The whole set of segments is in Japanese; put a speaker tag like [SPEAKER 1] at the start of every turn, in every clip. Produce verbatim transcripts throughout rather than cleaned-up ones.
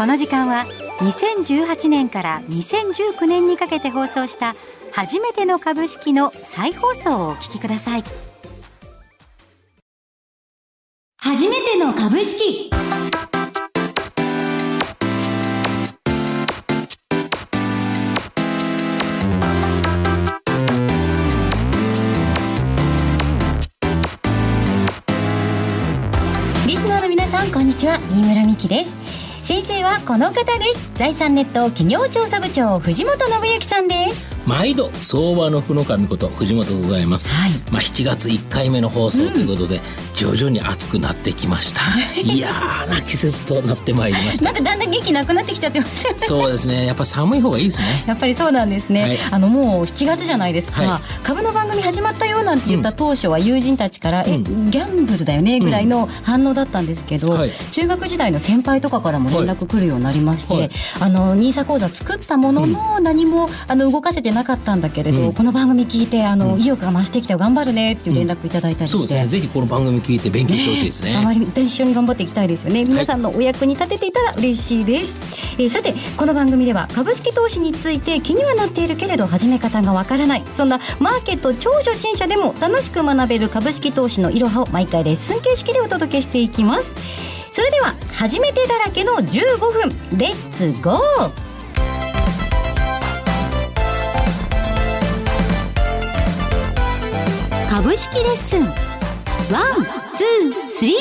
[SPEAKER 1] この時間はにせんじゅうはちねんからにせんじゅうきゅうねんにかけて放送した初めての株式の再放送をお聞きください。初めての株式。リスナーの皆さん、こんにちは。飯村美希です。先生はこの方です。財産ネット企業調査部長、藤本信之さんです。
[SPEAKER 2] 毎度相場の福の神こと藤本でございます、はい。まあ、しちがついっかいめの放送ということで、うん、徐々に暑くなってきました。いやーな季節となってまいりました。
[SPEAKER 1] なんかだんだん元気なくなってきちゃってますよね。
[SPEAKER 2] そうですね、やっぱ寒い方がいいですね。
[SPEAKER 1] やっぱりそうなんですね、はい。あのもうしちがつじゃないですか、はい。株の番組始まったよなんて言った当初は友人たちから、うん、えギャンブルだよねぐらいの反応だったんですけど、うんはい、中学時代の先輩とかからも連絡来るようになりまして、はい、あのニーサ口座作ったものの、うん、何もあの動かせてなかったんだけれど、うん、この番組聞いてあの、うん、意欲が増してきて頑張るねっていう連絡いただいたりして、うん、そうですね、
[SPEAKER 2] ぜひこの番組聞いて勉強してほしいですね。
[SPEAKER 1] ね、一緒に頑張っていきたいですよね。皆さんのお役に立てていたら嬉しいです、はい。えー、さてこの番組では株式投資について気にはなっているけれど始め方がわからない、そんなマーケット超初心者でも楽しく学べる株式投資のいろはを毎回レッスン形式でお届けしていきます。それでは初めてだらけのじゅうごふん、レッツゴー。株式レッスンワン、ツー、スリー。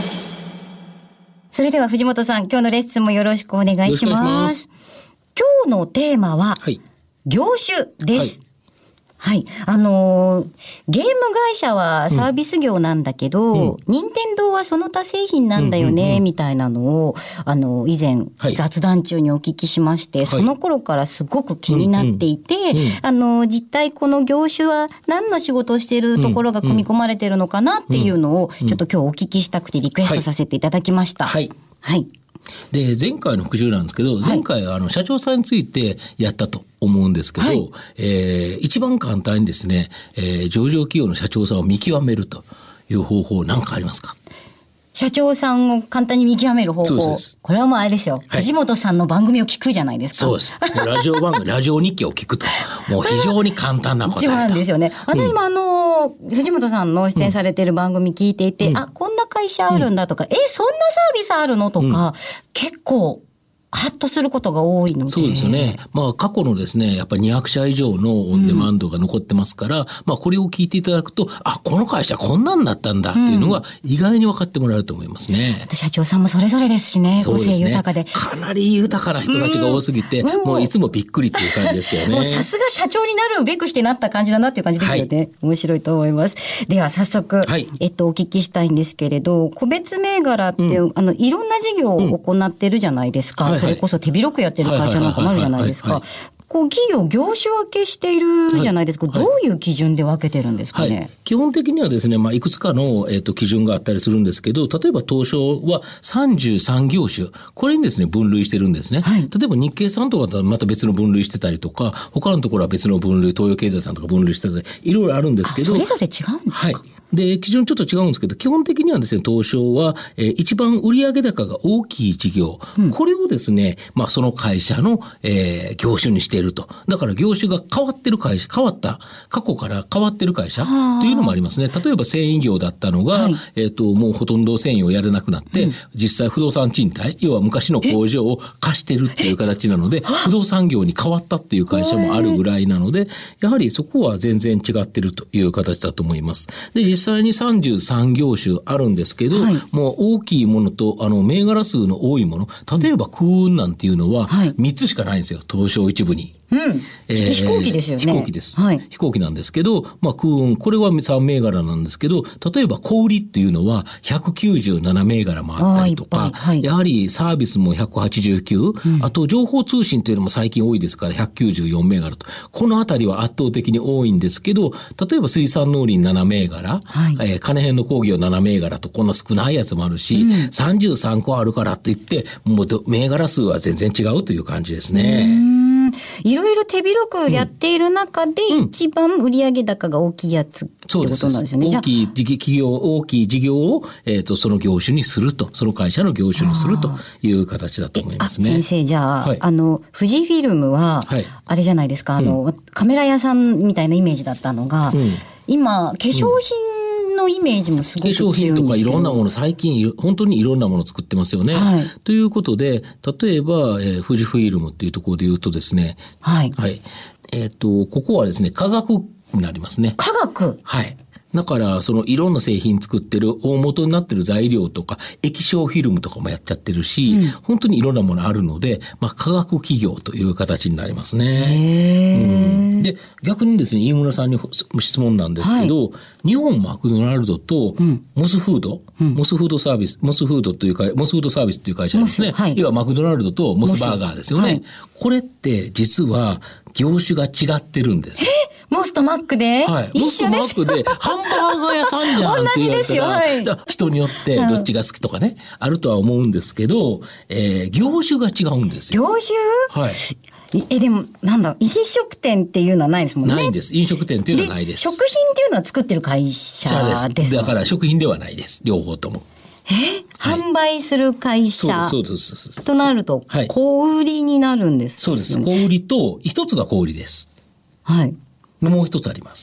[SPEAKER 1] それでは藤本さん、今日のレッスンもよろしくお願いします。今日のテーマは、はい、業種です。はいはい。あのー、ゲーム会社はサービス業なんだけど、うん、任天堂はその他製品なんだよね、うんうんうん、みたいなのを、あの、以前、はい、雑談中にお聞きしまして、その頃からすごく気になっていて、はいうんうん、あの、実際この業種は何の仕事をしているところが組み込まれているのかなっていうのを、ちょっと今日お聞きしたくてリクエストさせていただきました。はい。はい。はい
[SPEAKER 2] で前回の復習なんですけど、前回はあの社長さんについてやったと思うんですけど、はい、えー、一番簡単にですね、えー、上場企業の社長さんを見極めるという方法何かありますか？
[SPEAKER 1] 社長さんを簡単に見極める方法。そうです。これはもうあれですよ、はい、藤本さんの番組を聞くじゃないですか。
[SPEAKER 2] そうです。ラジオ番組ラジオ日記を聞くともう非常に簡単な答えだ。
[SPEAKER 1] 一番ですよね。あの、うん、今あの藤本さんの出演されている番組聞いていて、うん、あこんな会社あるんだとか、うん、えそんなサービスあるのとか、うん、結構ハッとすることが多いので。
[SPEAKER 2] そうですよね。まあ過去のですね、やっぱりにひゃくしゃ以上のオンデマンドが残ってますから、うん、まあこれを聞いていただくと、あ、この会社こんなんだったんだっていうのが意外に分かってもらえると思いますね。
[SPEAKER 1] うん、社長さんもそれぞれですしね、個性豊かで。
[SPEAKER 2] かなり豊かな人たちが多すぎて、うん、もういつもびっくりっていう感じですけどね。
[SPEAKER 1] もうさすが社長になるべくしてなった感じだなっていう感じですよね。はい、面白いと思います。では早速、はい、えっとお聞きしたいんですけれど、個別銘柄って、うん、あのいろんな事業を行ってるじゃないですか。うんはいはい、それこそ手広くやってる会社なんかもあるじゃないですか。こう企業業種分けしているじゃないですか、はい、どういう基準で分けてるんですかね。はい、
[SPEAKER 2] 基本的にはですね、まあ、いくつかの、えーと、基準があったりするんですけど、例えば東証はさんじゅうさん業種、これにですね分類してるんですね。はい、例えば日経さんとかとまた別の分類してたりとか、他のところは別の分類、東洋経済さんとか分類してたりいろいろあるんですけど、
[SPEAKER 1] それぞれ違うんですか。
[SPEAKER 2] はい。で、基準ちょっと違うんですけど、基本的にはですね、東証は、えー、一番売上高が大きい事業、うん、これをですね、まあその会社の、えー、業種にしていると。だから業種が変わってる会社、変わった、過去から変わってる会社というのもありますね。例えば繊維業だったのが、はい、えっと、もうほとんど繊維をやれなくなって、うん、実際不動産賃貸、要は昔の工場を貸してるっていう形なので、不動産業に変わったっていう会社もあるぐらいなので、やはりそこは全然違ってるという形だと思います。で、実際にさんじゅうさん業種あるんですけど、はい、もう大きいものと、あの、銘柄数の多いもの、例えば空運なんていうのはみっつしかないんですよ、東証一部に。
[SPEAKER 1] うんえー、飛行機ですよね。
[SPEAKER 2] 飛行機です。はい、飛行機なんですけど、まあ空運、これはさん銘柄なんですけど、例えば小売りっていうのはひゃくきゅうじゅうなな銘柄もあったりとか、はい、やはりサービスもひゃくはちじゅうきゅう、うん、あと情報通信っていうのも最近多いですからひゃくきゅうじゅうよん銘柄と、このあたりは圧倒的に多いんですけど、例えば水産農林なな銘柄、はいえー、金編の工業なな銘柄とこんな少ないやつもあるし、うん、さんじゅうさんこあるからって言って、もう銘柄数は全然違うという感じですね。
[SPEAKER 1] うんいろいろ手広くやっている中で、一番売上高が大きいやつってことなんですよね。
[SPEAKER 2] そうです。大きい企業、大きい事業を、えっと、その業種にすると、その会社の業種にするという形だと思いますね。
[SPEAKER 1] 先生、じゃあ、はい、あの、富士フィルムは、はい、あれじゃないですか、あの、うん、カメラ屋さんみたいなイメージだったのが、うん、今、化粧品のイメージもすごく強いんですけど、
[SPEAKER 2] 化粧品とかいろんなもの、最近、本当にいろんなものを作ってますよね。はい、ということで、例えば、えー、富士フィルムっていうところで言うとですね、はい。はい。えっと、ここはですね、化学になりますね。
[SPEAKER 1] 化学？
[SPEAKER 2] はい。だから、そのいろんな製品作ってる大元になってる材料とか、液晶フィルムとかもやっちゃってるし、うん、本当にいろんなものあるので、まあ、化学企業という形になりますね。へー。うん、で、逆にですね、飯村さんに質問なんですけど、はい、日本マクドナルドとモスフード、うん、モスフードサービス、モスフードというか、モスフードサービスという会社ですね。はい、要はマクドナルドとモスバーガーですよね。はい、これって実は業種が違ってるんです。
[SPEAKER 1] えモスとマックで、はい、一緒です。
[SPEAKER 2] モスとマックでハンバーガー屋さんじゃんって言われたら、はい、じゃあ人によってどっちが好きとかね、うん、あるとは思うんですけど、えー、業種が違うんですよ。
[SPEAKER 1] 業種？はい。え、でも、なんだろう、飲食店っていうのはないですもんね。
[SPEAKER 2] ないんです。飲食店っていうのはないです。
[SPEAKER 1] 食品っていうのは作ってる会社です。
[SPEAKER 2] だから食品ではないです。両方とも。
[SPEAKER 1] え、はい、販売する会社
[SPEAKER 2] そうですそうですそうです
[SPEAKER 1] となると、はい、小売りになるんです、
[SPEAKER 2] ね。そうです。小売りと、一つが小売りです。はい。もう一つあります。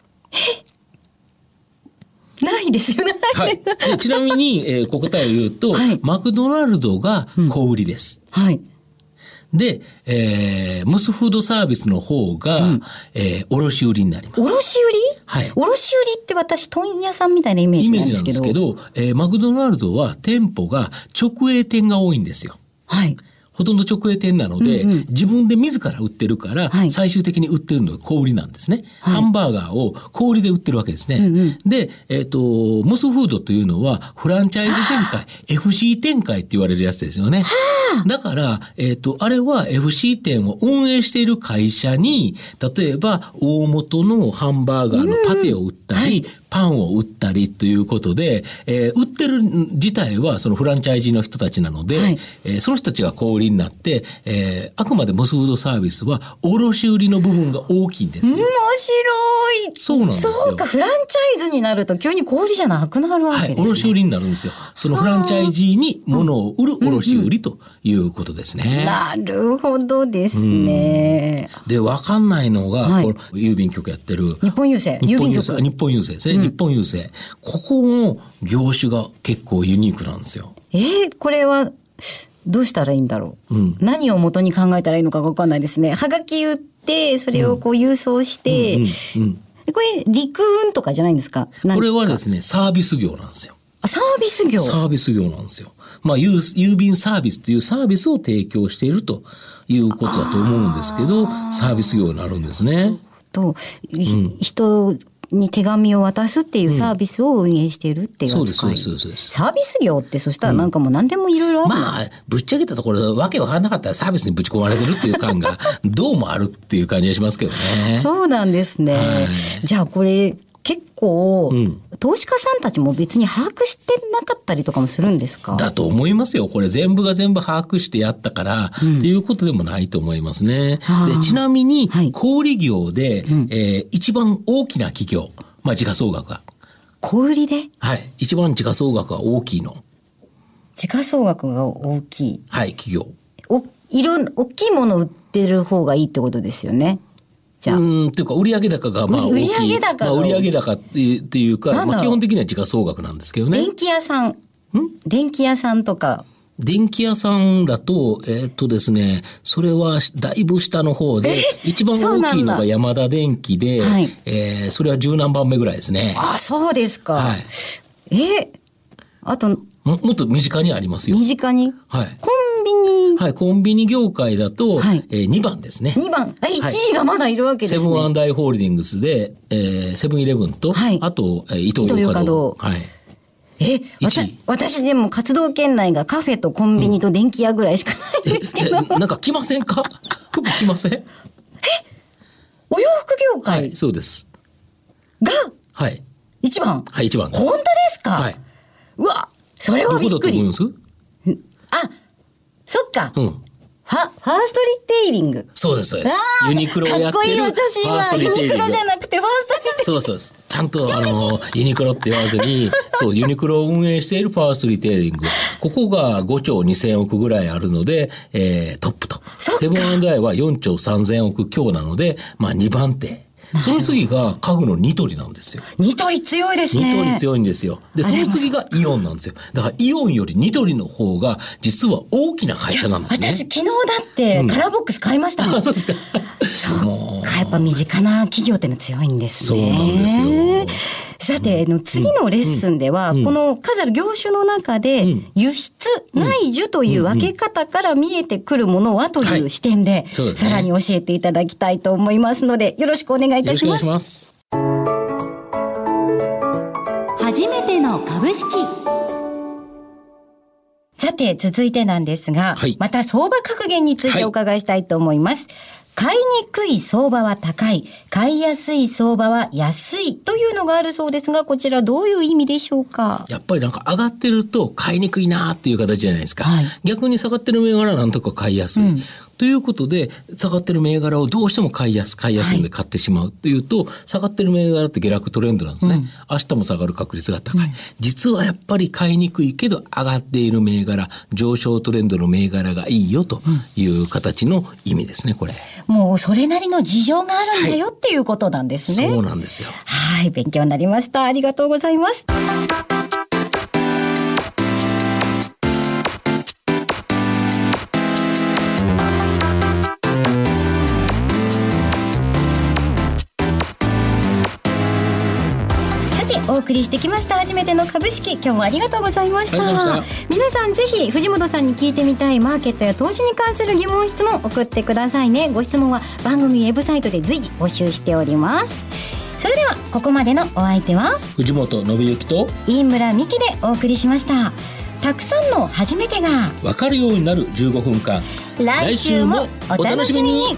[SPEAKER 1] えないですよね。
[SPEAKER 2] はい。でちなみに、えー、答えを言うと、はい、マクドナルドが小売りです。うん、はい。で、えー、モスフードサービスの方が、うん、えー、卸売りになります。
[SPEAKER 1] 卸売り？はい。卸売りって私、問屋さんみたいなイメージなんですけど。
[SPEAKER 2] イメージなんですけど、えー、マクドナルドは店舗が直営店が多いんですよ。はい。ほとんど直営店なので、うんうん、自分で自ら売ってるから、はい、最終的に売ってるのは小売りなんですね。はい、ハンバーガーを小売りで売ってるわけですね。うんうん、で、えっと、モスフードというのは、フランチャイズ展開、エフシー 展開って言われるやつですよね。だから、えっと、あれは エフシー 店を運営している会社に、例えば、大元のハンバーガーのパテを売ったり、うんはい、パンを売ったりということで、えー、売ってる自体はそのフランチャイズの人たちなので、はいえー、その人たちが小売りになって、えー、あくまでモスフードサービスは卸売りの部分が大きいんですよ。面
[SPEAKER 1] 白い。
[SPEAKER 2] そうなんですよ。
[SPEAKER 1] そうか、フランチャイズになると急に小売りじゃなくなるわけですね。はい、
[SPEAKER 2] 卸売りになるんですよ。そのフランチャイズに物を売る卸売りということですね。うんうんうん、
[SPEAKER 1] なるほどですね。
[SPEAKER 2] で、わかんないのが、はい、この郵便局やってる
[SPEAKER 1] 日本郵政、
[SPEAKER 2] 郵便局、日本郵政ですね。うん、日本郵政。ここの業種が結構ユニークなんですよ。
[SPEAKER 1] えー、これはどうしたらいいんだろう、うん、何を元に考えたらいいのか分かんないですね。はがき売ってそれをこう郵送して、うんうんうんうん、これ陸運とかじゃないんですか？
[SPEAKER 2] これはですねサービス業なんですよ。
[SPEAKER 1] あ、サービス業。
[SPEAKER 2] サービス業なんですよ。まあ郵、郵便サービスというサービスを提供しているということだと思うんですけど、サービス業になるんですね。
[SPEAKER 1] と、うん、人に手紙を渡すっていうサービスを運営しているっていう扱い、うん、そうです、そうです、そうです。サービス業ってそしたらなんかもう何でもいろいろある、うん、
[SPEAKER 2] まあ、ぶっちゃけたところわけわかんなかったらサービスにぶち込まれてるっていう感がどうもあるっていう感じがしますけどね。
[SPEAKER 1] そうなんですね。はい、じゃあこれ結構、うん、投資家さんたちも別に把握してなかったりとかもするんですか？
[SPEAKER 2] だと思いますよ。これ全部が全部把握してやったから、うん、っていうことでもないと思いますね。でちなみに、はい、小売業で、うんえー、一番大きな企業、まあ時価総額が。
[SPEAKER 1] 小売で？
[SPEAKER 2] はい。一番時価総額が大きいの。
[SPEAKER 1] 時価総額が大きい。
[SPEAKER 2] はい、企業。
[SPEAKER 1] お、いろん、大きいもの売ってる方がいいってことですよね。じゃあ。
[SPEAKER 2] うん、っていうか、売上高がまあ大きい。売上高が大きい。まあ、売上高っていうか、まあ基本的には時価総額なんですけどね。
[SPEAKER 1] 電気屋さん。ん電気屋さんとか。
[SPEAKER 2] 電気屋さんだと、えー、っとですね、それはだいぶ下の方で、一番大きいのがヤマダ電機で、はいえー、それは十何番目ぐらいですね。
[SPEAKER 1] あ、そうですか。はい、えー、あと
[SPEAKER 2] も、もっと身近にありますよ。
[SPEAKER 1] 身近にはい。コンビニ
[SPEAKER 2] はい、コンビニ業界だと、はいえー、にばんですね。
[SPEAKER 1] にばん。あ、いちいがまだいるわけですね。
[SPEAKER 2] セブン&アイ・ホールディングスで、えー、セブンイレブンと、はい、あと、えー、伊東洋華堂。はい。
[SPEAKER 1] え、私、私でも活動圏内がカフェとコンビニと電気屋ぐらいしかないんですけど。うん、
[SPEAKER 2] なんか来ませんか？服来ません？え？
[SPEAKER 1] お洋服業界？
[SPEAKER 2] はい、そうです。
[SPEAKER 1] が？
[SPEAKER 2] はい。
[SPEAKER 1] 一番？
[SPEAKER 2] はい、一番です。
[SPEAKER 1] 本当ですか？はい。うわ、それはびっくり。
[SPEAKER 2] どこだと思います？
[SPEAKER 1] あ、そっか。うん。フファ、ファーストリテイリング。
[SPEAKER 2] そうです、そうです。ユニクロをやってる。
[SPEAKER 1] かっこいい、私はユニクロじゃなくてファーストリテイリング。
[SPEAKER 2] そうそうです。ちゃんと、あの、ユニクロって言わずに、そう、ユニクロを運営しているファーストリテイリング。ここがごちょうにせんおくぐらいあるので、えー、トップと。セブン&アイはよんちょうさんぜんおく強なので、まあにばんて。その次が家具のニトリなんですよ。
[SPEAKER 1] ニトリ強いですね。
[SPEAKER 2] ニトリ強いんですよ。で、その次がイオンなんですよ。だからイオンよりニトリの方が実は大きな会社なんですね。
[SPEAKER 1] 私昨日だってカラーボックス買いましたもん。
[SPEAKER 2] うん、そうですか。
[SPEAKER 1] そうか、やっぱ身近な企業っての強いんですね。
[SPEAKER 2] そうなんですよ。
[SPEAKER 1] さて、の次のレッスンでは、うんうん、この数ある業種の中で、うん、輸出、内需という分け方から見えてくるものはという視点で、はい、さらに教えていただきたいと思いますので、よろしくお願いいたします。よろしくお願いします。初めての株式。さて、続いてなんですが、はい、また相場格言についてお伺いしたいと思います。はい、買いにくい相場は高い、買いやすい相場は安いというのがあるそうですが、こちらどういう意味でしょうか。
[SPEAKER 2] やっぱりなんか上がってると買いにくいなっていう形じゃないですか。はい、逆に下がってる銘柄はなんとか買いやすい。うん、ということで、下がってる銘柄をどうしても買いやす、買いやすいんで買ってしまうというと、はい、下がってる銘柄って下落トレンドなんですね。うん、明日も下がる確率が高い。うん、実はやっぱり買いにくいけど上がっている銘柄、上昇トレンドの銘柄がいいよという形の意味ですね、これ。
[SPEAKER 1] もうそれなりの事情があるんだよ、はい、っていうことなんですね。
[SPEAKER 2] そうなんですよ。
[SPEAKER 1] はい、勉強になりました。ありがとうございます。お送りしてきました初めての株式、今日もありがとうございました。皆さんぜひ藤本さんに聞いてみたいマーケットや投資に関する疑問質問送ってくださいね。ご質問は番組ウェブサイトで随時募集しております。それではここまでのお相手は
[SPEAKER 2] 藤本信之と
[SPEAKER 1] 飯村美希でお送りしました。たくさんの初めてが
[SPEAKER 2] 分かるようになるじゅうごふんかん、
[SPEAKER 1] 来週もお楽しみに。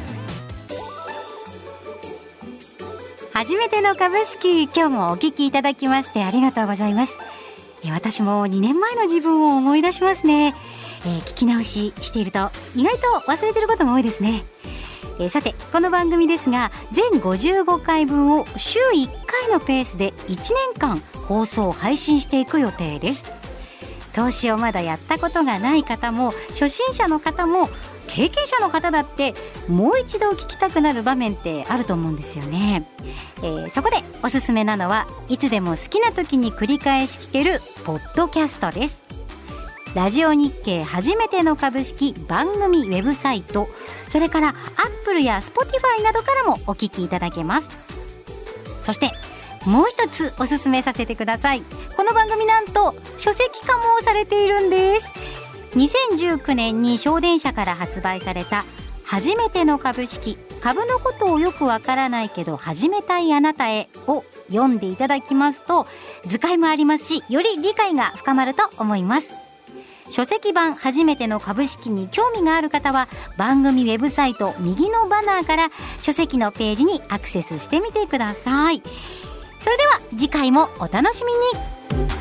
[SPEAKER 1] 初めての株式、今日もお聞きいただきましてありがとうございます。え私もにねんまえの自分を思い出しますね。えー、聞き直ししていると意外と忘れてることも多いですね。えー、さてこの番組ですが全ごじゅうごかいぶんを週いっかいのペースでいちねんかん放送配信していく予定です。投資をまだやったことがない方も初心者の方も経験者の方だってもう一度聞きたくなる場面ってあると思うんですよね。えー、そこでおすすめなのはいつでも好きな時に繰り返し聞けるポッドキャストです。ラジオ日経初めての株式番組ウェブサイト、それからアップルやスポティファイなどからもお聞きいただけます。そしてもう一つおすすめさせてください。この番組なんと書籍化もされているんです。にせんじゅうきゅうねんに小電社から発売された初めての株式、株のことをよくわからないけど始めたいあなたへを読んでいただきますと図解もありますし、より理解が深まると思います。書籍版初めての株式に興味がある方は番組ウェブサイト右のバナーから書籍のページにアクセスしてみてください。それでは次回もお楽しみに。